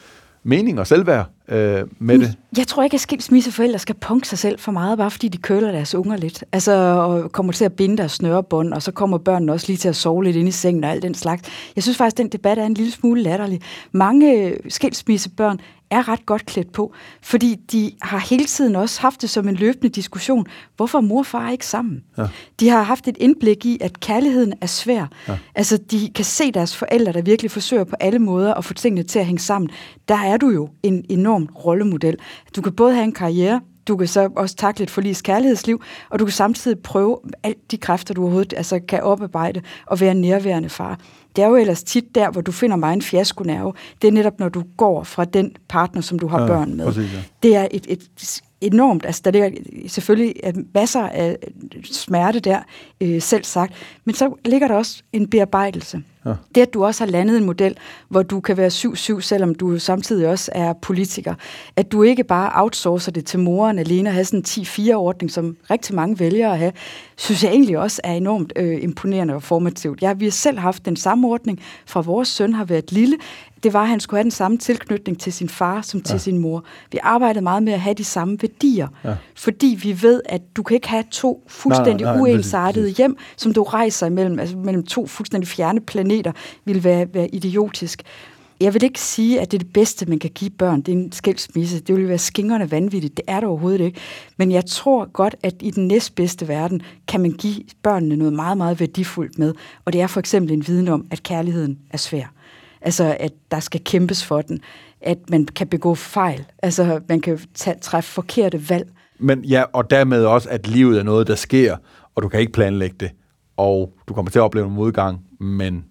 mening og selvværd med det. Jeg tror ikke, at skilsmisseforældre skal punke sig selv for meget, bare fordi de køler deres unger lidt. Altså, og kommer til at binde deres snørebånd, og så kommer børnene også lige til at sove lidt inde i sengen og alt den slags. Jeg synes faktisk, at den debat er en lille smule latterlig. Mange skilsmissebørn er ret godt klædt på, fordi de har hele tiden også haft det som en løbende diskussion. Hvorfor er mor og far ikke sammen? Ja. De har haft et indblik i, at kærligheden er svær. Ja. Altså, de kan se deres forældre, der virkelig forsøger på alle måder at få tingene til at hænge sammen. Der er du jo en enorm rollemodel. Du kan både have en karriere, du kan så også takle et forlis kærlighedsliv, og du kan samtidig prøve alt de kræfter, du overhovedet kan oparbejde og være nærværende far. Det er jo ellers tit der, hvor du finder mig en fiaskonerve. Det er netop, når du går fra den partner, som du har børn med. Præcis, ja. Det er et enormt, altså der ligger selvfølgelig masser af smerte der, selv sagt, men så ligger der også en bearbejdelse. Ja. Det, at du også har landet en model, hvor du kan være 7-7, selvom du samtidig også er politiker. At du ikke bare outsourcer det til moren alene og have sådan en 10-4-ordning, som rigtig mange vælger at have, synes jeg egentlig også er enormt imponerende og formativt. Vi har selv haft den samme ordning, fra vores søn har været lille. Det var, at han skulle have den samme tilknytning til sin far som til sin mor. Vi arbejdede meget med at have de samme værdier, fordi vi ved, at du kan ikke have to fuldstændig uensartede hjem, som du rejser imellem, altså mellem to fuldstændig fjerne planeter, vil være idiotisk. Jeg vil ikke sige, at det er det bedste, man kan give børn. Det er en skilsmisse. Det vil være skingrende vanvittigt. Det er det overhovedet ikke. Men jeg tror godt, at i den næstbedste verden, kan man give børnene noget meget, meget værdifuldt med. Og det er for eksempel en viden om, at kærligheden er svær. Altså, at der skal kæmpes for den. At man kan begå fejl. Altså, man kan træffe forkerte valg. Men ja, og dermed også, at livet er noget, der sker, og du kan ikke planlægge det. Og du kommer til at opleve en modgang, men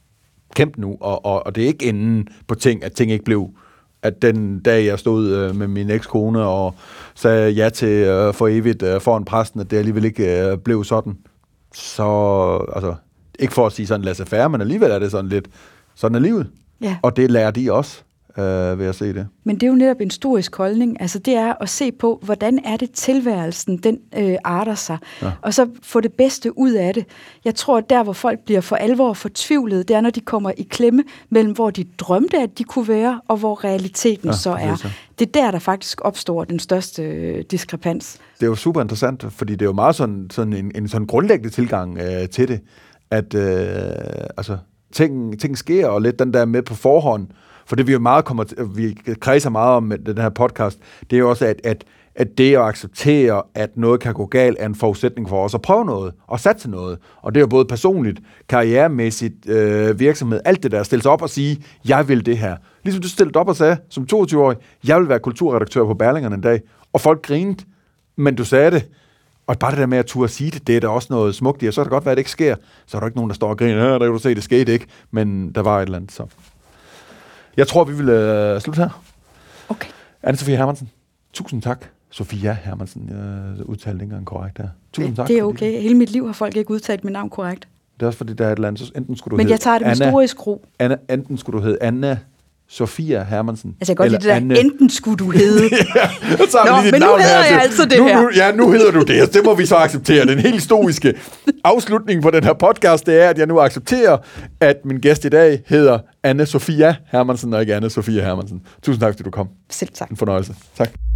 kæmp nu. Og det er ikke enden på ting, at ting ikke blev. At den dag, jeg stod med min ekskone og sagde ja til for evigt foran præsten, at det alligevel ikke blev sådan. Så, altså, ikke for at sige sådan laissez-faire, men alligevel er det sådan lidt, sådan er livet. Ja. Og det lærer de også ved at se det. Men det er jo netop en historisk holdning. Altså det er at se på, hvordan er det tilværelsen, den arter sig. Ja. Og så få det bedste ud af det. Jeg tror, at der, hvor folk bliver for alvor fortvivlede, det er, når de kommer i klemme mellem, hvor de drømte, at de kunne være, og hvor realiteten så er. Det er der faktisk opstår den største diskrepans. Det er jo super interessant, fordi det er jo meget sådan en sådan grundlæggende tilgang til det, at altså ting sker, og lidt den der med på forhånd. For det vi kredser meget om med den her podcast, det er jo også, at det at acceptere, at noget kan gå galt, er en forudsætning for os at prøve noget, og satse noget. Og det er jo både personligt, karrieremæssigt, virksomhed, alt det der, stille sig op og sige, jeg vil det her. Ligesom du stillede op og sagde, som 22-årig, jeg vil være kulturredaktør på Berlingeren en dag, og folk grinede, men du sagde det. Og bare det der med at turde sige det, det er da også noget smukt i, og så kan det godt være, at det ikke sker. Så er der ikke nogen, der står og griner, der kan du se, det skete ikke, men der var et eller andet, så. Jeg tror, vi vil slutte her. Okay. Anne-Sophie Hermansen, tusind tak. Sofia Hermansen, jeg udtalte ikke engang korrekt der. Tusind tak. Det er okay. Hele mit liv har folk ikke udtalt mit navn korrekt. Det er også fordi, der er et eller andet. Enten skulle du Men jeg tager det med store skru. Enten skulle du hedde Anna Sofia Hermansen. Altså jeg kan godt lide det der, enten skulle du hedde. Men nu hedder jeg altså det her. Ja, nu hedder du det. Det må vi så acceptere. Den helt historiske afslutning på den her podcast, det er, at jeg nu accepterer, at min gæst i dag hedder Anne-Sophia Hermansen, og ikke Anne-Sophia Hermansen. Tusind tak, fordi du kom. Selv tak. En fornøjelse. Tak.